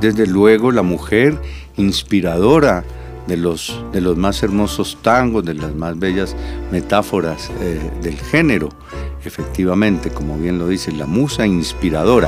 desde luego la mujer inspiradora de los más hermosos tangos, de las más bellas metáforas del género. Efectivamente, como bien lo dice, la musa inspiradora.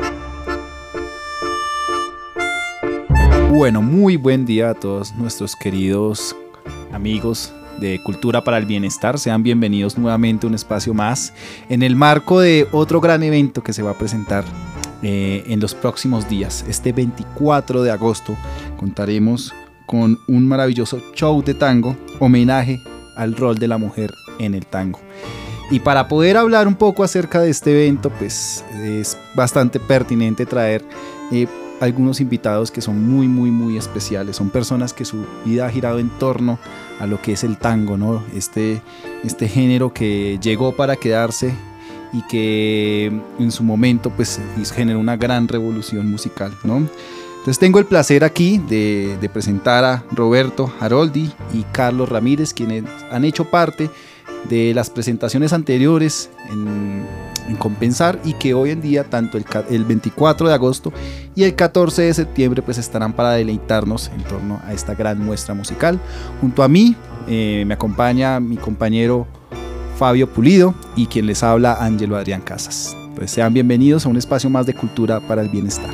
Bueno, muy buen día a todos nuestros queridos amigos de Cultura para el Bienestar. Sean bienvenidos nuevamente a un espacio más en el marco de otro gran evento que se va a presentar en los próximos días. Este 24 de agosto contaremos con un maravilloso show de tango, homenaje al rol de la mujer en el tango. Y para poder hablar un poco acerca de este evento, pues es bastante pertinente traer algunos invitados que son muy especiales. Son personas que su vida ha girado en torno a lo que es el tango, ¿no? Este género que llegó para quedarse y que en su momento pues generó una gran revolución musical, ¿no? Entonces tengo el placer aquí de presentar a Roberto Haroldi y Carlos Ramírez, quienes han hecho parte de las presentaciones anteriores en Compensar, y que hoy en día tanto el 24 de agosto y el 14 de septiembre pues estarán para deleitarnos en torno a esta gran muestra musical. Junto a mí me acompaña mi compañero Fabio Pulido y quien les habla, Ángelo Adrián Casas. Pues sean bienvenidos a un espacio más de Cultura para el Bienestar.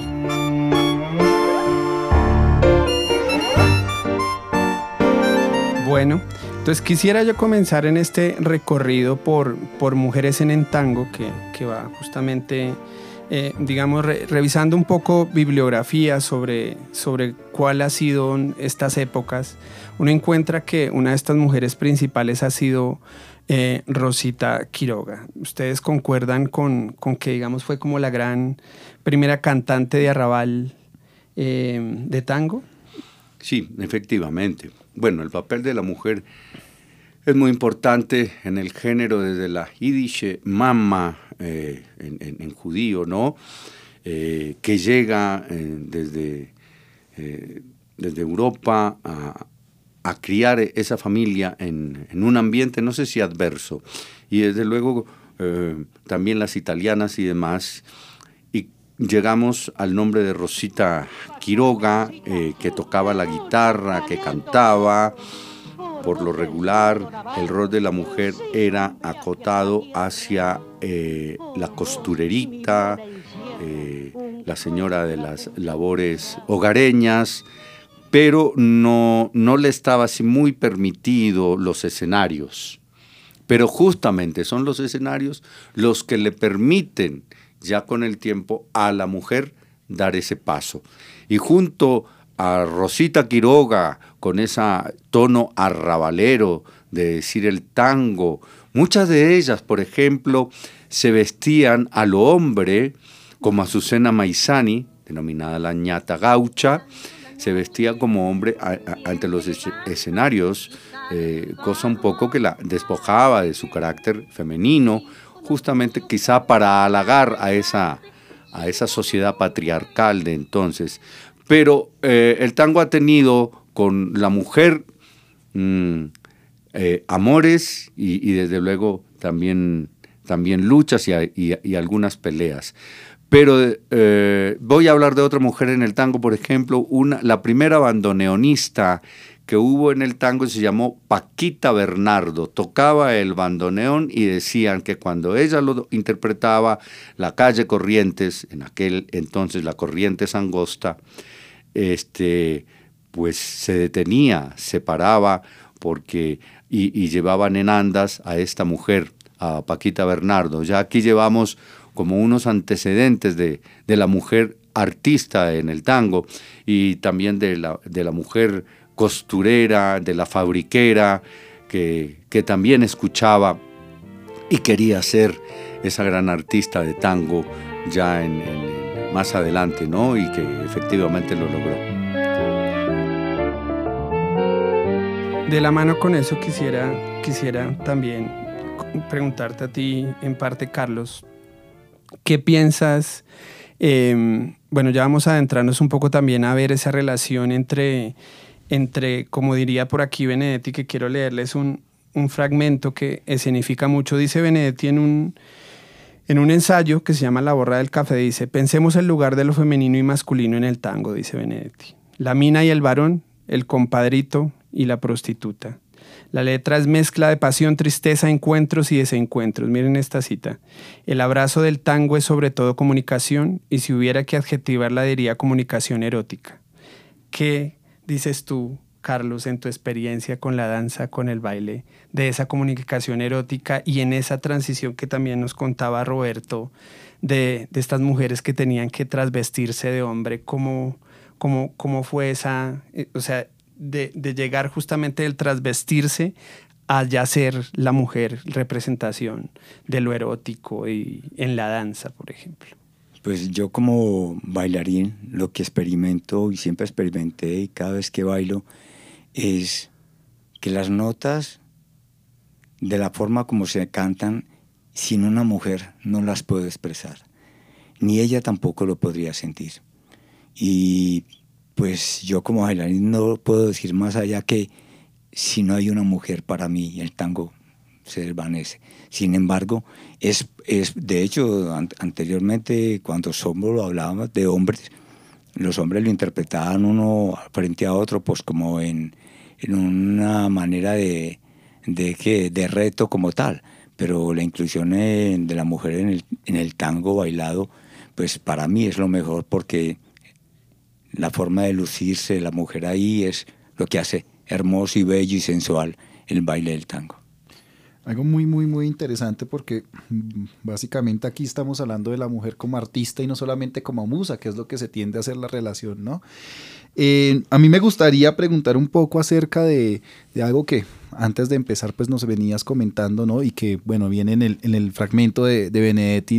Bueno, entonces quisiera yo comenzar en este recorrido por mujeres en el tango que va justamente, revisando un poco bibliografía sobre cuáles han sido estas épocas. Uno encuentra que una de estas mujeres principales ha sido Rosita Quiroga. ¿Ustedes concuerdan con que, digamos, fue como la gran primera cantante de arrabal de tango? Sí, efectivamente. Bueno, el papel de la mujer es muy importante en el género, desde la Yiddish mama en judío, ¿no? Que llega desde Europa a criar esa familia en un ambiente, no sé si adverso, y desde luego también las italianas y demás. Y llegamos al nombre de Rosita Quiroga, que tocaba la guitarra, que cantaba. Por lo regular, el rol de la mujer era acotado hacia la costurerita, la señora de las labores hogareñas, pero no le estaba así muy permitido los escenarios. Pero justamente son los escenarios los que le permiten ya con el tiempo a la mujer dar ese paso. Y junto a Rosita Quiroga, con ese tono arrabalero de decir el tango, muchas de ellas, por ejemplo, se vestían a lo hombre, como Azucena Maizani, denominada la ñata gaucha, se vestía como hombre ante los escenarios, cosa un poco que la despojaba de su carácter femenino, justamente quizá para halagar a esa sociedad patriarcal de entonces. Pero el tango ha tenido con la mujer amores y desde luego también luchas y algunas peleas. Pero voy a hablar de otra mujer en el tango, por ejemplo, la primera bandoneonista que hubo en el tango se llamó Paquita Bernardo. Tocaba el bandoneón y decían que cuando ella lo interpretaba, la calle Corrientes, en aquel entonces la Corrientes angosta, pues se detenía, se paraba y llevaban en andas a esta mujer, a Paquita Bernardo. Ya aquí llevamos como unos antecedentes de la mujer artista en el tango y también de la mujer costurera, de la fabriquera, que también escuchaba y quería ser esa gran artista de tango ya más adelante, ¿no? Y que efectivamente lo logró. De la mano con eso quisiera también preguntarte a ti, en parte, Carlos, ¿qué piensas? Bueno, ya vamos a adentrarnos un poco también a ver esa relación entre como diría por aquí Benedetti, que quiero leerles un fragmento que escenifica mucho. Dice Benedetti En un ensayo que se llama La borra del café dice: pensemos el lugar de lo femenino y masculino en el tango, dice Benedetti. La mina y el varón, el compadrito y la prostituta. La letra es mezcla de pasión, tristeza, encuentros y desencuentros. Miren esta cita. El abrazo del tango es sobre todo comunicación, y si hubiera que adjetivarla diría comunicación erótica. ¿Qué dices tú, Carlos, en tu experiencia con la danza, con el baile, de esa comunicación erótica y en esa transición que también nos contaba Roberto, de estas mujeres que tenían que trasvestirse de hombre? ¿Cómo fue esa, o sea, de llegar justamente del trasvestirse a ya ser la mujer representación de lo erótico y en la danza, por ejemplo? Pues yo como bailarín lo que experimento y siempre experimenté y cada vez que bailo es que las notas, de la forma como se cantan, sin una mujer no las puedo expresar, ni ella tampoco lo podría sentir. Y pues yo como bailarín no puedo decir más allá que si no hay una mujer, para mí el tango se desvanece. Sin embargo, es de hecho, anteriormente cuando somos lo hablábamos de hombres, los hombres lo interpretaban uno frente a otro, pues como en una manera de reto como tal, pero la inclusión de la mujer en el tango bailado, pues para mí es lo mejor, porque la forma de lucirse de la mujer ahí es lo que hace hermoso y bello y sensual el baile del tango. Algo muy, muy, muy interesante, porque básicamente aquí estamos hablando de la mujer como artista y no solamente como musa, que es lo que se tiende a hacer la relación, ¿no? A mí me gustaría preguntar un poco acerca de algo que antes de empezar pues nos venías comentando, ¿no? Y que, bueno, viene en el fragmento de Benedetti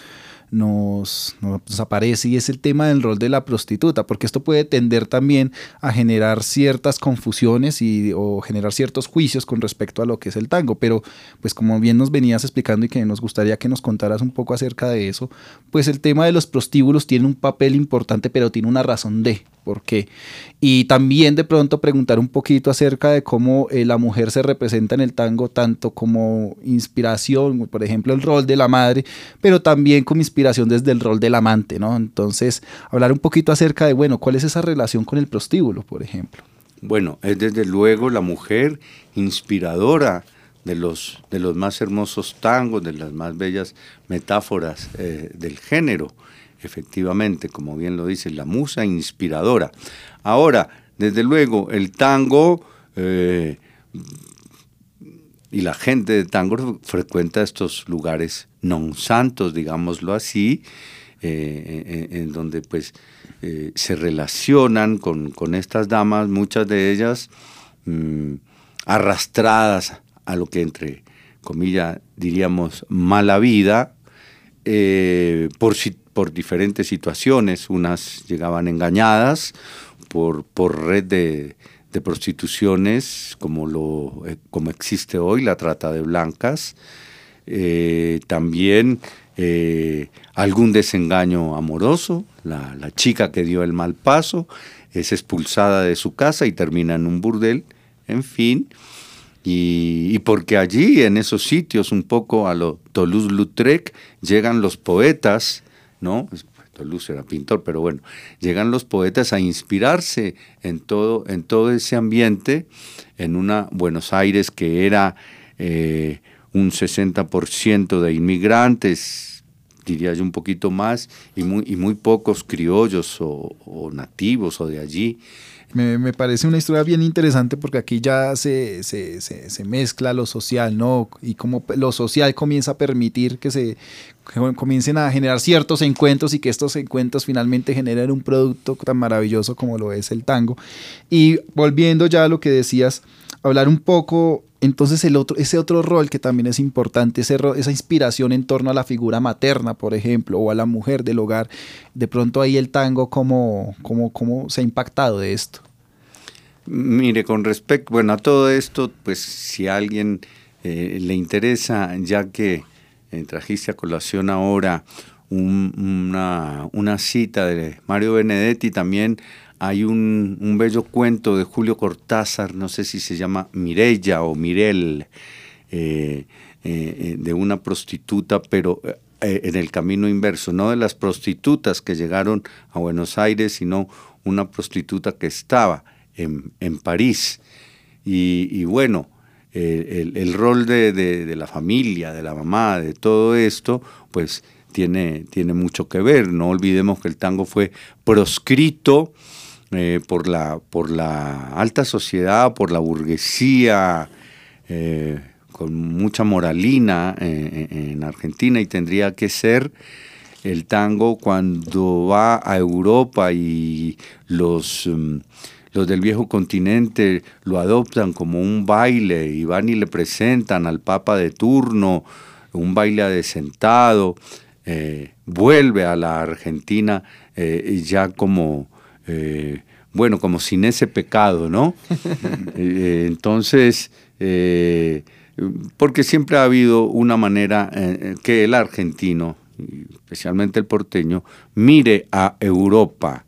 nos aparece, y es el tema del rol de la prostituta, porque esto puede tender también a generar ciertas confusiones o generar ciertos juicios con respecto a lo que es el tango, pero pues como bien nos venías explicando y que nos gustaría que nos contaras un poco acerca de eso, pues el tema de los prostíbulos tiene un papel importante, pero tiene una razón de por qué. Y también de pronto preguntar un poquito acerca de cómo la mujer se representa en el tango, tanto como inspiración, por ejemplo, el rol de la madre, pero también como inspiración desde el rol del amante, ¿no? Entonces, hablar un poquito acerca de, bueno, ¿cuál es esa relación con el prostíbulo, por ejemplo? Bueno, es desde luego la mujer inspiradora de los más hermosos tangos, de las más bellas metáforas del género. Efectivamente, como bien lo dice, la musa inspiradora. Ahora, desde luego, el tango y la gente de tango frecuenta estos lugares non santos, digámoslo así, en donde pues se relacionan con estas damas, muchas de ellas arrastradas a lo que entre comillas diríamos mala vida, por diferentes situaciones. Unas llegaban engañadas por red de prostituciones, como existe hoy la trata de blancas, también algún desengaño amoroso. La chica que dio el mal paso es expulsada de su casa y termina en un burdel, en fin. Y porque allí, en esos sitios, un poco a lo Toulouse-Lautrec, llegan los poetas, ¿no? Toulouse era pintor, pero bueno, llegan los poetas a inspirarse en todo ese ambiente, en una Buenos Aires que era un 60% de inmigrantes, diría yo un poquito más, y muy pocos criollos o nativos o de allí. Me parece una historia bien interesante, porque aquí ya se mezcla lo social, ¿no? Y como lo social comienza a permitir que comiencen a generar ciertos encuentros, y que estos encuentros finalmente generen un producto tan maravilloso como lo es el tango. Y volviendo ya a lo que decías, hablar un poco entonces ese otro rol que también es importante, esa inspiración en torno a la figura materna, por ejemplo, o a la mujer del hogar. De pronto ahí el tango, ¿cómo se ha impactado de esto? Mire, con respecto, a todo esto, pues si a alguien le interesa, ya que trajiste a colación ahora una cita de Mario Benedetti, también hay un bello cuento de Julio Cortázar, no sé si se llama Mireya o Mirel, de una prostituta, pero en el camino inverso, no de las prostitutas que llegaron a Buenos Aires, sino una prostituta que estaba en París. Y bueno, el rol de la familia, de la mamá, de todo esto, pues tiene mucho que ver. No olvidemos que el tango fue proscrito por la alta sociedad, por la burguesía, con mucha moralina en Argentina, y tendría que ser el tango cuando va a Europa y los del viejo continente lo adoptan como un baile y van y le presentan al Papa de turno, un baile adesentado, vuelve a la Argentina ya como, como sin ese pecado, ¿no? Entonces, porque siempre ha habido una manera que el argentino, especialmente el porteño, mire a Europa.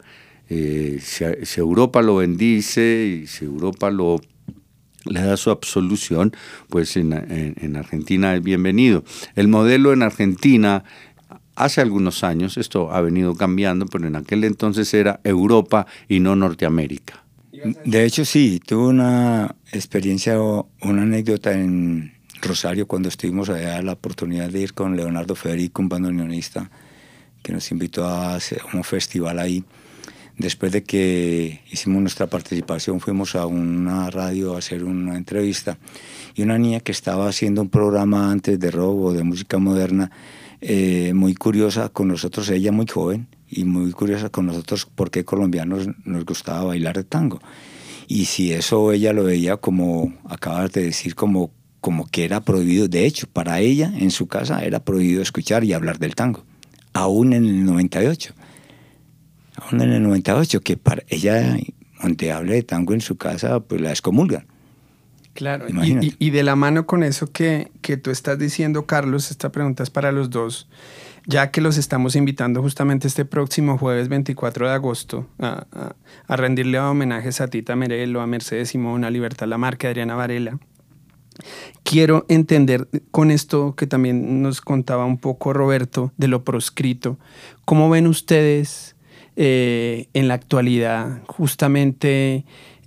Si Europa lo bendice y si Europa le da su absolución, pues en Argentina es bienvenido. El modelo en Argentina, hace algunos años, esto ha venido cambiando, pero en aquel entonces era Europa y no Norteamérica. De hecho, sí, tuve una experiencia o una anécdota en Rosario cuando estuvimos allá, la oportunidad de ir con Leonardo Federico, un bandoneonista, que nos invitó a hacer un festival ahí. Después de que hicimos nuestra participación, fuimos a una radio a hacer una entrevista, y una niña que estaba haciendo un programa antes de rock o de música moderna, muy curiosa con nosotros, ella muy joven, y muy curiosa con nosotros porque colombianos nos gustaba bailar el tango. Y si eso ella lo veía como, acabas de decir, como que era prohibido. De hecho, para ella, en su casa, era prohibido escuchar y hablar del tango, aún en el 98. Aún en el 98, que para ella, donde hable de tango en su casa, pues la excomulgan. Claro, y de la mano con eso que tú estás diciendo, Carlos, esta pregunta es para los dos, ya que los estamos invitando justamente este próximo jueves 24 de agosto a rendirle homenajes a Tita Merelo, a Mercedes Simón, a Libertad Lamarque, a Adriana Varela. Quiero entender con esto que también nos contaba un poco Roberto de lo proscrito, ¿cómo ven ustedes en la actualidad justamente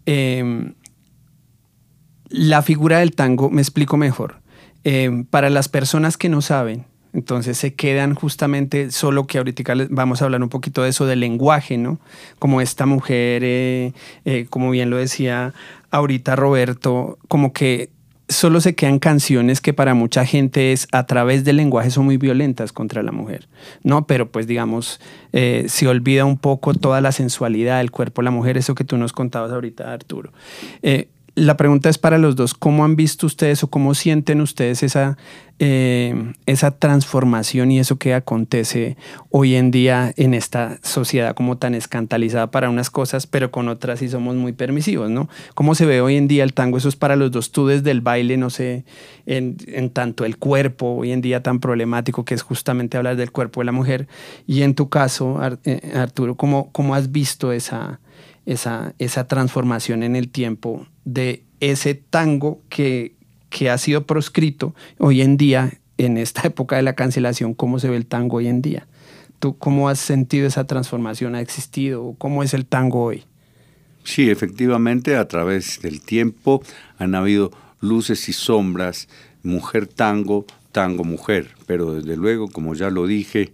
la figura del tango? Me explico mejor. Para las personas que no saben, entonces se quedan justamente solo, que ahorita vamos a hablar un poquito de eso, del lenguaje, ¿no? Como esta mujer, como bien lo decía ahorita Roberto, como que solo se quedan canciones que para mucha gente a través del lenguaje son muy violentas contra la mujer, ¿no? Pero pues digamos, se olvida un poco toda la sensualidad del cuerpo de la mujer, eso que tú nos contabas ahorita, Arturo. La pregunta es para los dos, ¿cómo han visto ustedes o cómo sienten ustedes esa transformación y eso que acontece hoy en día en esta sociedad como tan escandalizada para unas cosas, pero con otras sí somos muy permisivos, ¿no? ¿Cómo se ve hoy en día el tango? Eso es para los dos. Tú desde el baile, no sé, en tanto el cuerpo hoy en día tan problemático que es justamente hablar del cuerpo de la mujer, y en tu caso, Arturo, ¿cómo has visto esa transformación en el tiempo de ese tango que ha sido proscrito hoy en día, en esta época de la cancelación? ¿Cómo se ve el tango hoy en día? ¿Tú cómo has sentido esa transformación? ¿Ha existido? ¿Cómo es el tango hoy? Sí, efectivamente, a través del tiempo han habido luces y sombras, mujer tango, tango mujer, pero desde luego, como ya lo dije,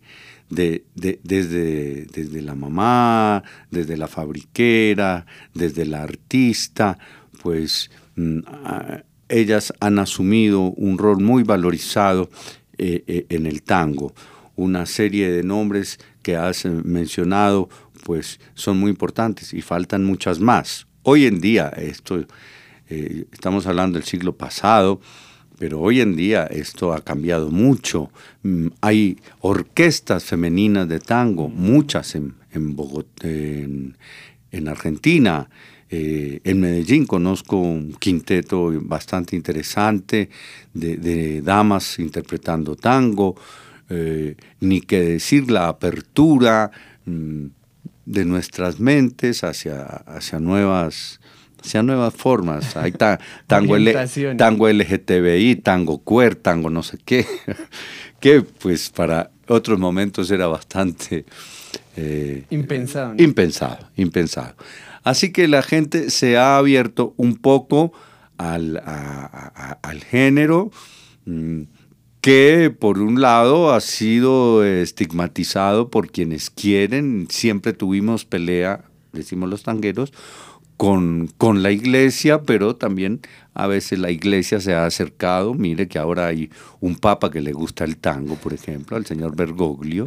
desde la mamá, desde la fabriquera, desde la artista, pues ellas han asumido un rol muy valorizado en el tango. Una serie de nombres que has mencionado pues son muy importantes y faltan muchas más. Hoy en día, estamos hablando del siglo pasado, pero hoy en día esto ha cambiado mucho. Hay orquestas femeninas de tango, muchas en Bogotá, en Argentina. En Medellín conozco un quinteto bastante interesante de damas interpretando tango. Ni que decir la apertura de nuestras mentes hacia nuevas formas. Hay tango LGTBI, tango queer, tango no sé qué, que pues para otros momentos era bastante impensado, ¿no? impensado. Así que la gente se ha abierto un poco al género, que por un lado ha sido estigmatizado por quienes quieren. Siempre tuvimos pelea, decimos los tangueros, con la iglesia, pero también a veces la iglesia se ha acercado. Mire que ahora hay un papa que le gusta el tango, por ejemplo, al señor Bergoglio,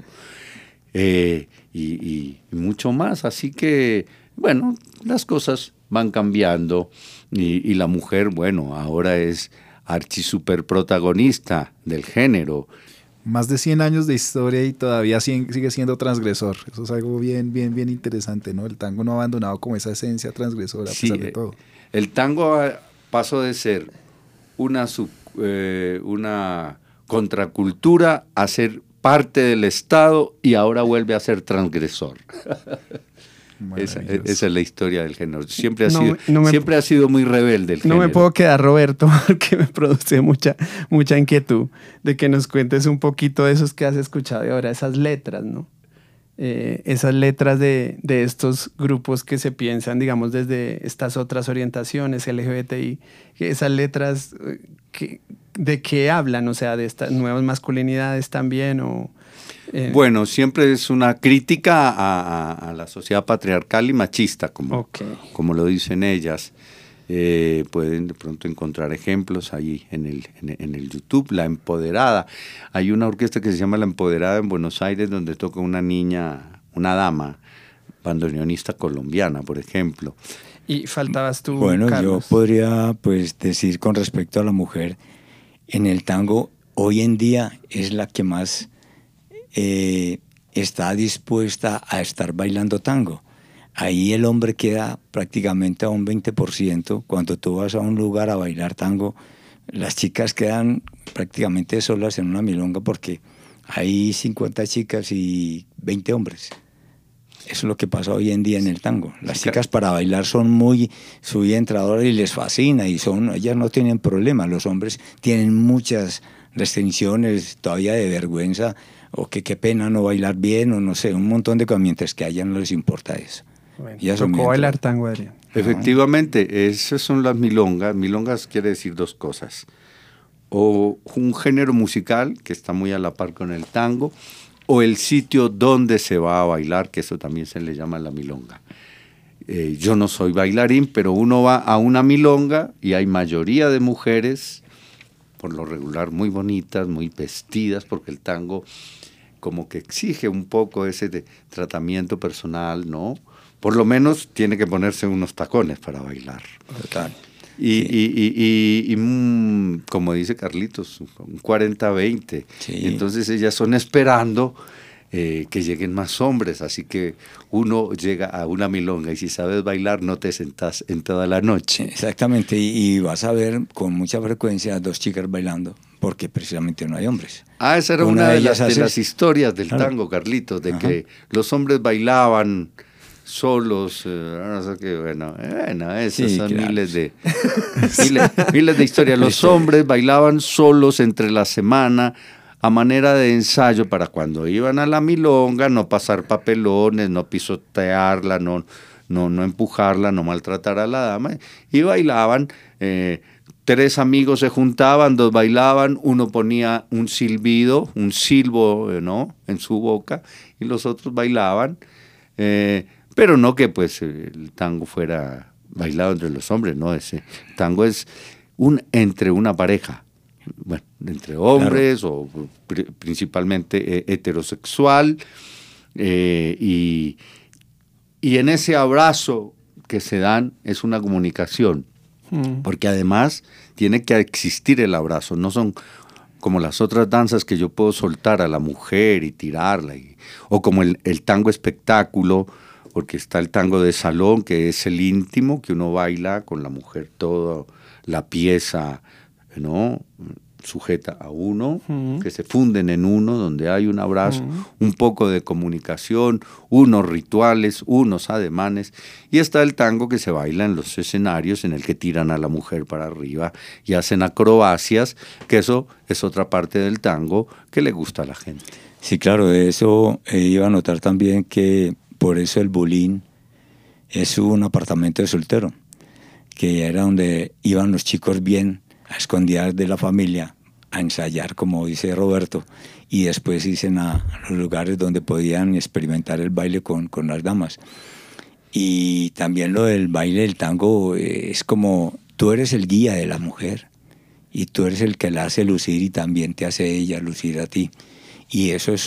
y mucho más. Así que, bueno, las cosas van cambiando y la mujer, bueno, ahora es archisuperprotagonista del género. Más de 100 años de historia y todavía sigue siendo transgresor. Eso es algo bien interesante, ¿no? El tango no ha abandonado como esa esencia transgresora, a pesar de todo. El tango pasó de ser una contracultura a ser parte del Estado y ahora vuelve a ser transgresor. Esa es la historia del género. Siempre ha sido muy rebelde el género. No me puedo quedar, Roberto, porque me produce mucha inquietud de que nos cuentes un poquito de esos que has escuchado y ahora, esas letras, ¿no? Esas letras de estos grupos que se piensan, digamos, desde estas otras orientaciones LGBTI, esas letras ¿de qué hablan? O sea, de estas nuevas masculinidades también, o... Bueno, siempre es una crítica a la sociedad patriarcal y machista, como lo dicen ellas. Pueden de pronto encontrar ejemplos ahí en el YouTube. La Empoderada. Hay una orquesta que se llama La Empoderada en Buenos Aires, donde toca una niña, una dama, bandoneonista colombiana, por ejemplo. Y faltabas tú, Bueno, Carlos. yo podría pues decir con respecto a la mujer, en el tango hoy en día es la que más está dispuesta a estar bailando tango. Ahí el hombre queda prácticamente a un 20%. Cuando tú vas a un lugar a bailar tango, las chicas quedan prácticamente solas en una milonga porque hay 50 chicas y 20 hombres. Eso es lo que pasa hoy en día en el tango. Las chicas para bailar son muy entradoras y les fascina, y ellas no tienen problema. Los hombres tienen muchas restricciones todavía de vergüenza, o que qué pena no bailar bien, o no sé, un montón de cosas, mientras que a ellas no les importa eso. Bueno, tocó bailar tango, Adrián. Efectivamente, esas son las milongas. Milongas quiere decir dos cosas: o un género musical que está muy a la par con el tango, o el sitio donde se va a bailar, que eso también se le llama la milonga. Yo no soy bailarín, pero uno va a una milonga y hay mayoría de mujeres, por lo regular muy bonitas, muy vestidas, porque el tango como que exige un poco ese tratamiento personal, ¿no? Por lo menos tiene que ponerse unos tacones para bailar. Total. Y como dice Carlitos, un 40-20. Sí. Entonces ellas son esperando que lleguen más hombres. Así que uno llega a una milonga y si sabes bailar no te sentás en toda la noche. Exactamente, y vas a ver con mucha frecuencia a dos chicas bailando, porque precisamente no hay hombres. Esa era una de las historias del tango, Carlitos, de que los hombres bailaban solos, no sé qué, bueno, esas son claro. miles de historias. Los hombres bailaban solos entre la semana a manera de ensayo para cuando iban a la milonga no pasar papelones, no pisotearla, no empujarla, no maltratar a la dama, y bailaban. 3 amigos se juntaban, 2 bailaban, uno ponía un silbido, un silbo, ¿no?, en su boca, y los otros bailaban. Pero no que pues el tango fuera bailado entre los hombres, no, ese tango es entre una pareja, bueno, entre hombres, claro, o principalmente heterosexual, y en ese abrazo que se dan es una comunicación, porque además tiene que existir el abrazo, no son como las otras danzas que yo puedo soltar a la mujer y tirarla, o como el tango espectáculo, porque está el tango de salón, que es el íntimo, que uno baila con la mujer toda la pieza, ¿no?, sujeta a uno, que se funden en uno, donde hay un abrazo, un poco de comunicación, unos rituales, unos ademanes, y está el tango que se baila en los escenarios, en el que tiran a la mujer para arriba y hacen acrobacias, que eso es otra parte del tango que le gusta a la gente. Sí, claro, de eso iba a notar también que por eso el Bulín es un apartamento de soltero, que era donde iban los chicos bien a escondidas de la familia a ensayar, como dice Roberto, y después dicen a los lugares donde podían experimentar el baile con las damas. Y también lo del baile del tango es como tú eres el guía de la mujer y tú eres el que la hace lucir y también te hace ella lucir a ti. Y eso es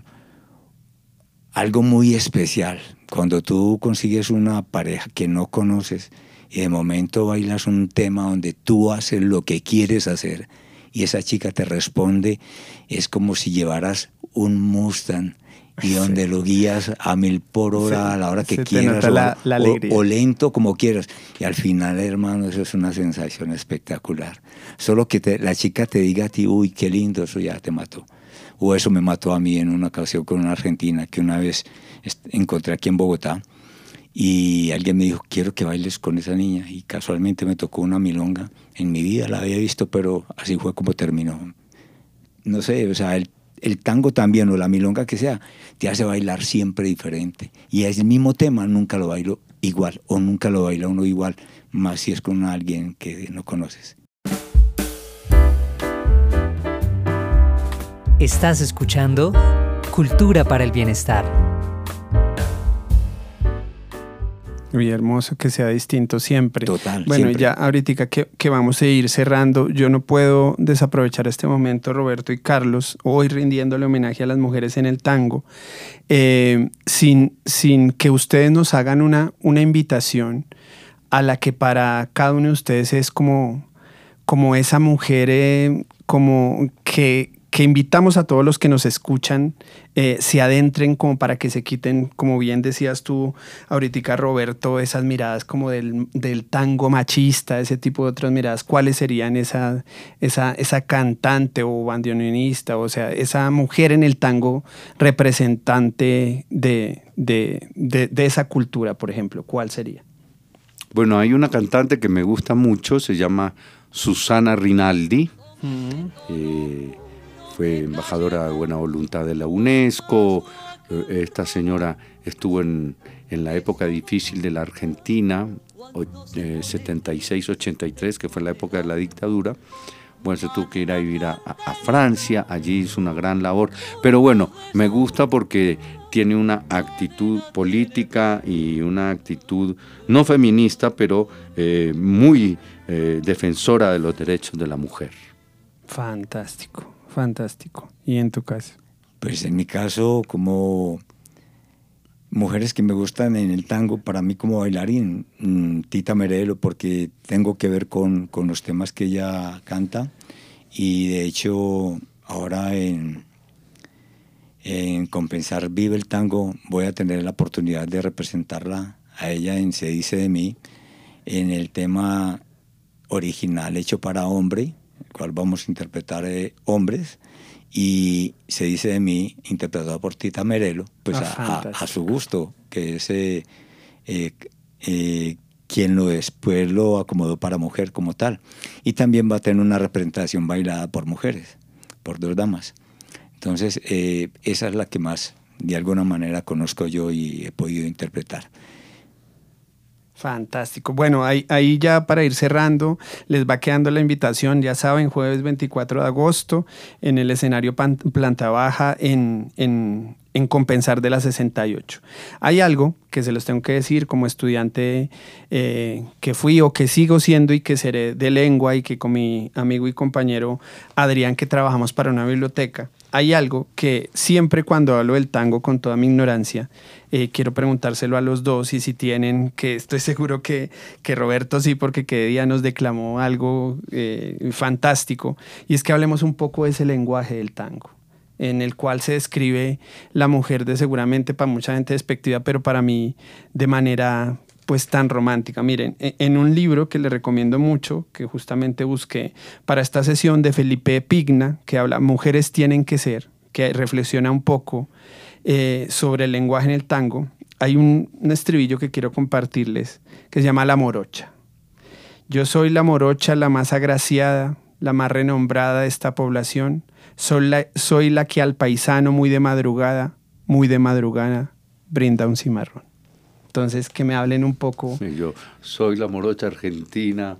algo muy especial. Cuando tú consigues una pareja que no conoces y de momento bailas un tema donde tú haces lo que quieres hacer y esa chica te responde, es como si llevaras un Mustang y donde lo guías a 1000 por hora, a la hora que quieras, o lento como quieras. Y al final, hermano, eso es una sensación espectacular. Solo que la chica te diga a ti, uy, qué lindo, eso ya te mató. O eso me mató a mí en una ocasión con una argentina que una vez encontré aquí en Bogotá y alguien me dijo, quiero que bailes con esa niña, y casualmente me tocó una milonga. En mi vida la había visto, pero así fue como terminó. No sé, o sea, el tango también, o la milonga que sea, te hace bailar siempre diferente. Y es el mismo tema, nunca lo bailo igual, o nunca lo baila uno igual, más si es con alguien que no conoces. Estás escuchando Cultura para el Bienestar. Muy hermoso que sea distinto siempre. Total. Bueno, siempre. ya ahorita que vamos a ir cerrando, yo no puedo desaprovechar este momento, Roberto y Carlos, hoy rindiéndole homenaje a las mujeres en el tango, sin que ustedes nos hagan una invitación a la que para cada uno de ustedes es como esa mujer como que invitamos a todos los que nos escuchan se adentren como para que se quiten, como bien decías tú ahorita, Roberto, esas miradas como del tango machista, ese tipo de otras miradas. ¿Cuáles serían esa cantante o bandoneonista, o sea, esa mujer en el tango representante de esa cultura, por ejemplo? ¿Cuál sería? Bueno, hay una cantante que me gusta mucho, se llama Susana Rinaldi. Fue embajadora de buena voluntad de la UNESCO. Esta señora estuvo en la época difícil de la Argentina, 76-83, que fue la época de la dictadura. Bueno, se tuvo que ir a vivir a Francia, allí hizo una gran labor. Pero bueno, me gusta porque tiene una actitud política y una actitud no feminista, pero muy defensora de los derechos de la mujer. Fantástico. Fantástico. ¿Y en tu caso? Pues en mi caso, como mujeres que me gustan en el tango, para mí como bailarín, Tita Merelo, porque tengo que ver con los temas que ella canta, y de hecho ahora en Compensar Vive el Tango voy a tener la oportunidad de representarla a ella en Se dice de mí, en el tema original hecho para hombre, el cual vamos a interpretar hombres, y Se dice de mí, interpretado por Tita Merelo, pues a su gusto, que es quien después lo acomodó para mujer como tal. Y también va a tener una representación bailada por mujeres, por 2 damas. Entonces, esa es la que más, de alguna manera, conozco yo y he podido interpretar. Fantástico. Bueno, ahí ya para ir cerrando, les va quedando la invitación, ya saben, jueves 24 de agosto, en el escenario Planta Baja, en Compensar de la 68. Hay algo que se los tengo que decir como estudiante que fui o que sigo siendo y que seré de lengua, y que con mi amigo y compañero Adrián, que trabajamos para una biblioteca. Hay algo que siempre cuando hablo del tango, con toda mi ignorancia, quiero preguntárselo a los dos, y si tienen, que estoy seguro que Roberto sí, porque qué día nos declamó algo fantástico, y es que hablemos un poco de ese lenguaje del tango, en el cual se describe la mujer de seguramente para mucha gente despectiva, pero para mí de manera pues tan romántica. Miren, en un libro que les recomiendo mucho, que justamente busqué para esta sesión, de Felipe Pigna, que habla Mujeres tienen que ser, que reflexiona un poco sobre el lenguaje en el tango, hay un estribillo que quiero compartirles que se llama La Morocha. Yo soy la morocha, la más agraciada, la más renombrada de esta población. Soy la que al paisano muy de madrugada, brinda un cimarrón. Entonces, que me hablen un poco. Sí, yo soy la morocha argentina,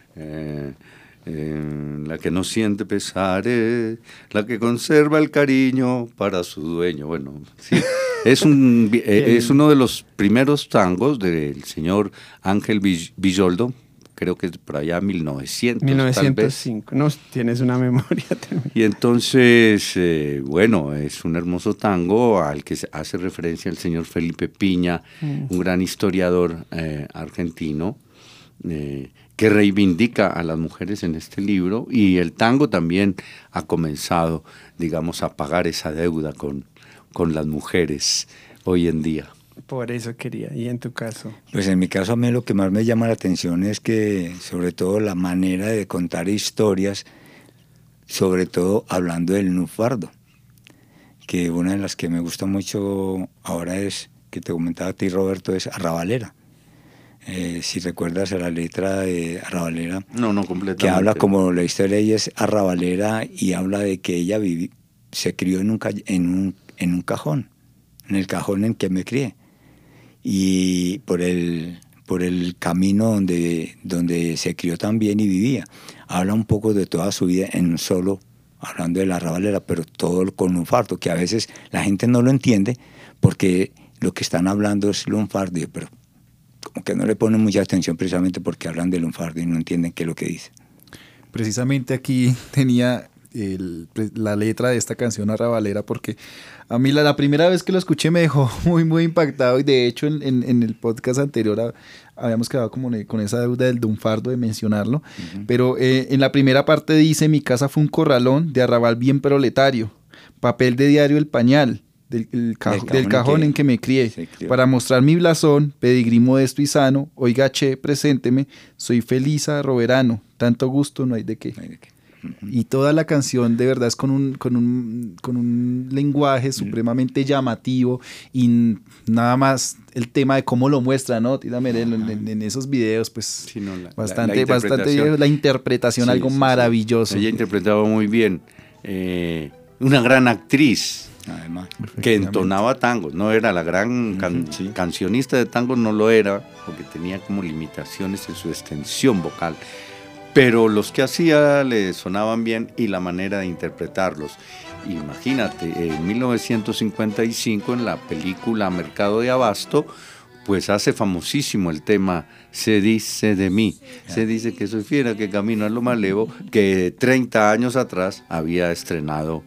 la que no siente pesares, la que conserva el cariño para su dueño. Bueno, sí, es uno de los primeros tangos del señor Ángel Villoldo. Creo que es por allá 1905. No, tienes una memoria tremenda. Y entonces, bueno, es un hermoso tango al que hace referencia el señor Felipe Piña, un gran historiador argentino, que reivindica a las mujeres en este libro, y el tango también ha comenzado, digamos, a pagar esa deuda con las mujeres hoy en día. Por eso quería. ¿Y en tu caso? Pues en mi caso a mí lo que más me llama la atención es que sobre todo la manera de contar historias, sobre todo hablando del lunfardo, que una de las que me gusta mucho ahora es, que te comentaba a ti Roberto, es Arrabalera. Si recuerdas la letra de Arrabalera, no, completamente, que habla como la historia de ella es Arrabalera y habla de que ella se crió en un cajón, en el cajón en que me crié. Y por el camino donde se crió también y vivía. Habla un poco de toda su vida en solo, hablando de la Arrabalera, pero todo con lunfardo, que a veces la gente no lo entiende porque lo que están hablando es lunfardo, pero como que no le ponen mucha atención precisamente porque hablan de lunfardo y no entienden qué es lo que dicen. Precisamente aquí tenía la letra de esta canción Arrabalera, porque a mí la primera vez que lo escuché me dejó muy impactado, y de hecho en el podcast anterior habíamos quedado como con esa deuda del lunfardo de mencionarlo, pero en la primera parte dice: mi casa fue un corralón de arrabal bien proletario, papel de diario el pañal, del cajón en que me crié, para mostrar mi blasón, pedigrí modesto y sano, oiga che, presénteme, soy Felisa Roverano, tanto gusto no hay de qué. Y toda la canción de verdad es con un lenguaje supremamente llamativo, y nada más el tema de cómo lo muestra, ¿no? En esos videos, pues sí, no, bastante la interpretación, sí, algo maravilloso. Ella interpretaba muy bien, una gran actriz. Además, que entonaba tangos, no era la gran cancionista de tangos, no lo era, porque tenía como limitaciones en su extensión vocal. Pero los que hacía le sonaban bien, y la manera de interpretarlos. Imagínate, en 1955 en la película Mercado de Abasto, pues hace famosísimo el tema Se dice de mí. Se dice que soy fiera, que camino a lo malevo, que 30 años atrás había estrenado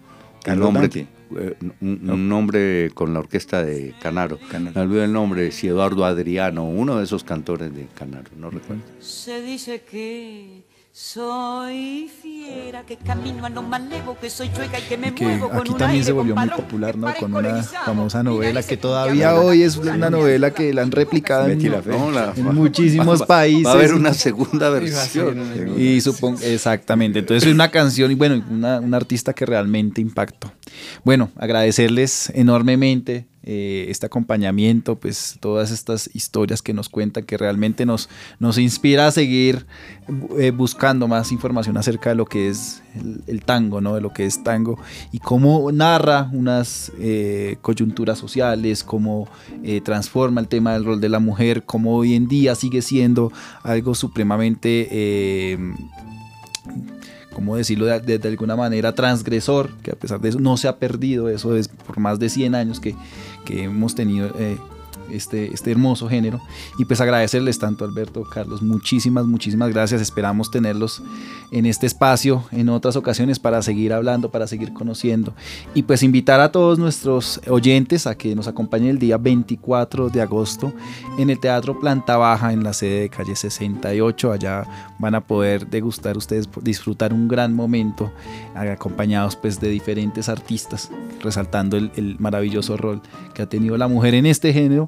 un nombre con la orquesta de Canaro. Me olvidé el nombre, si Eduardo Adriano, uno de esos cantores de Canaro, no recuerdo. Se dice que soy fiera, que camino a lo malevo, que soy chueca y que me muevo con aquí un también aire se volvió muy popular, ¿no? Con una famosa novela que todavía hoy es una novela que la han replicado en muchísimos países. Va a haber una segunda versión. Y supongo, exactamente. Entonces es una canción y bueno, una artista que realmente impactó. Bueno, agradecerles enormemente este acompañamiento, pues todas estas historias que nos cuentan, que realmente nos inspira a seguir buscando más información acerca de lo que es el tango, ¿no? De lo que es tango y cómo narra unas coyunturas sociales, cómo transforma el tema del rol de la mujer, cómo hoy en día sigue siendo algo supremamente ¿cómo decirlo? De alguna manera transgresor, que a pesar de eso no se ha perdido. Eso es por más de 100 años que hemos tenido este hermoso género. Y pues agradecerles tanto, Alberto, Carlos, muchísimas gracias. Esperamos tenerlos en este espacio en otras ocasiones para seguir hablando, para seguir conociendo, y pues invitar a todos nuestros oyentes a que nos acompañen el día 24 de agosto en el Teatro Planta Baja, en la sede de calle 68. Allá van a poder degustar ustedes, disfrutar un gran momento acompañados pues de diferentes artistas, resaltando el maravilloso rol que ha tenido la mujer en este género,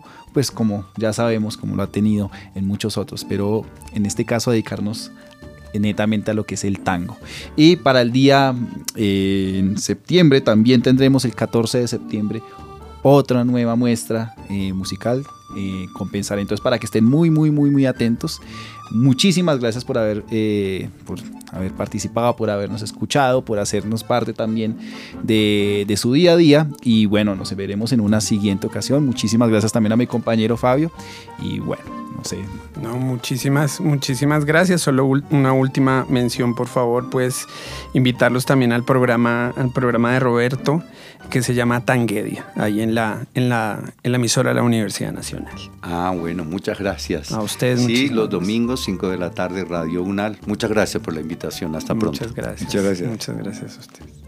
pues como ya sabemos, como lo ha tenido en muchos otros, pero en este caso dedicarnos netamente a lo que es el tango. Y para el día en septiembre también tendremos el 14 de septiembre otra nueva muestra musical Compensar. Entonces, para que estén muy atentos. Muchísimas gracias por haber participado, por habernos escuchado, por hacernos parte también de su día a día. Y bueno, nos veremos en una siguiente ocasión. Muchísimas gracias también a mi compañero Fabio. Y bueno, no sé. No, muchísimas gracias. Solo una última mención, por favor, pues invitarlos también al programa de Roberto, que se llama Tanguedia, ahí en la emisora de la Universidad Nacional. Ah, bueno, muchas gracias. A ustedes. Sí, los domingos, 5 de la tarde, Radio UNAL. Muchas gracias por la invitación. Hasta pronto. Muchas gracias. Muchas gracias. Muchas gracias a ustedes.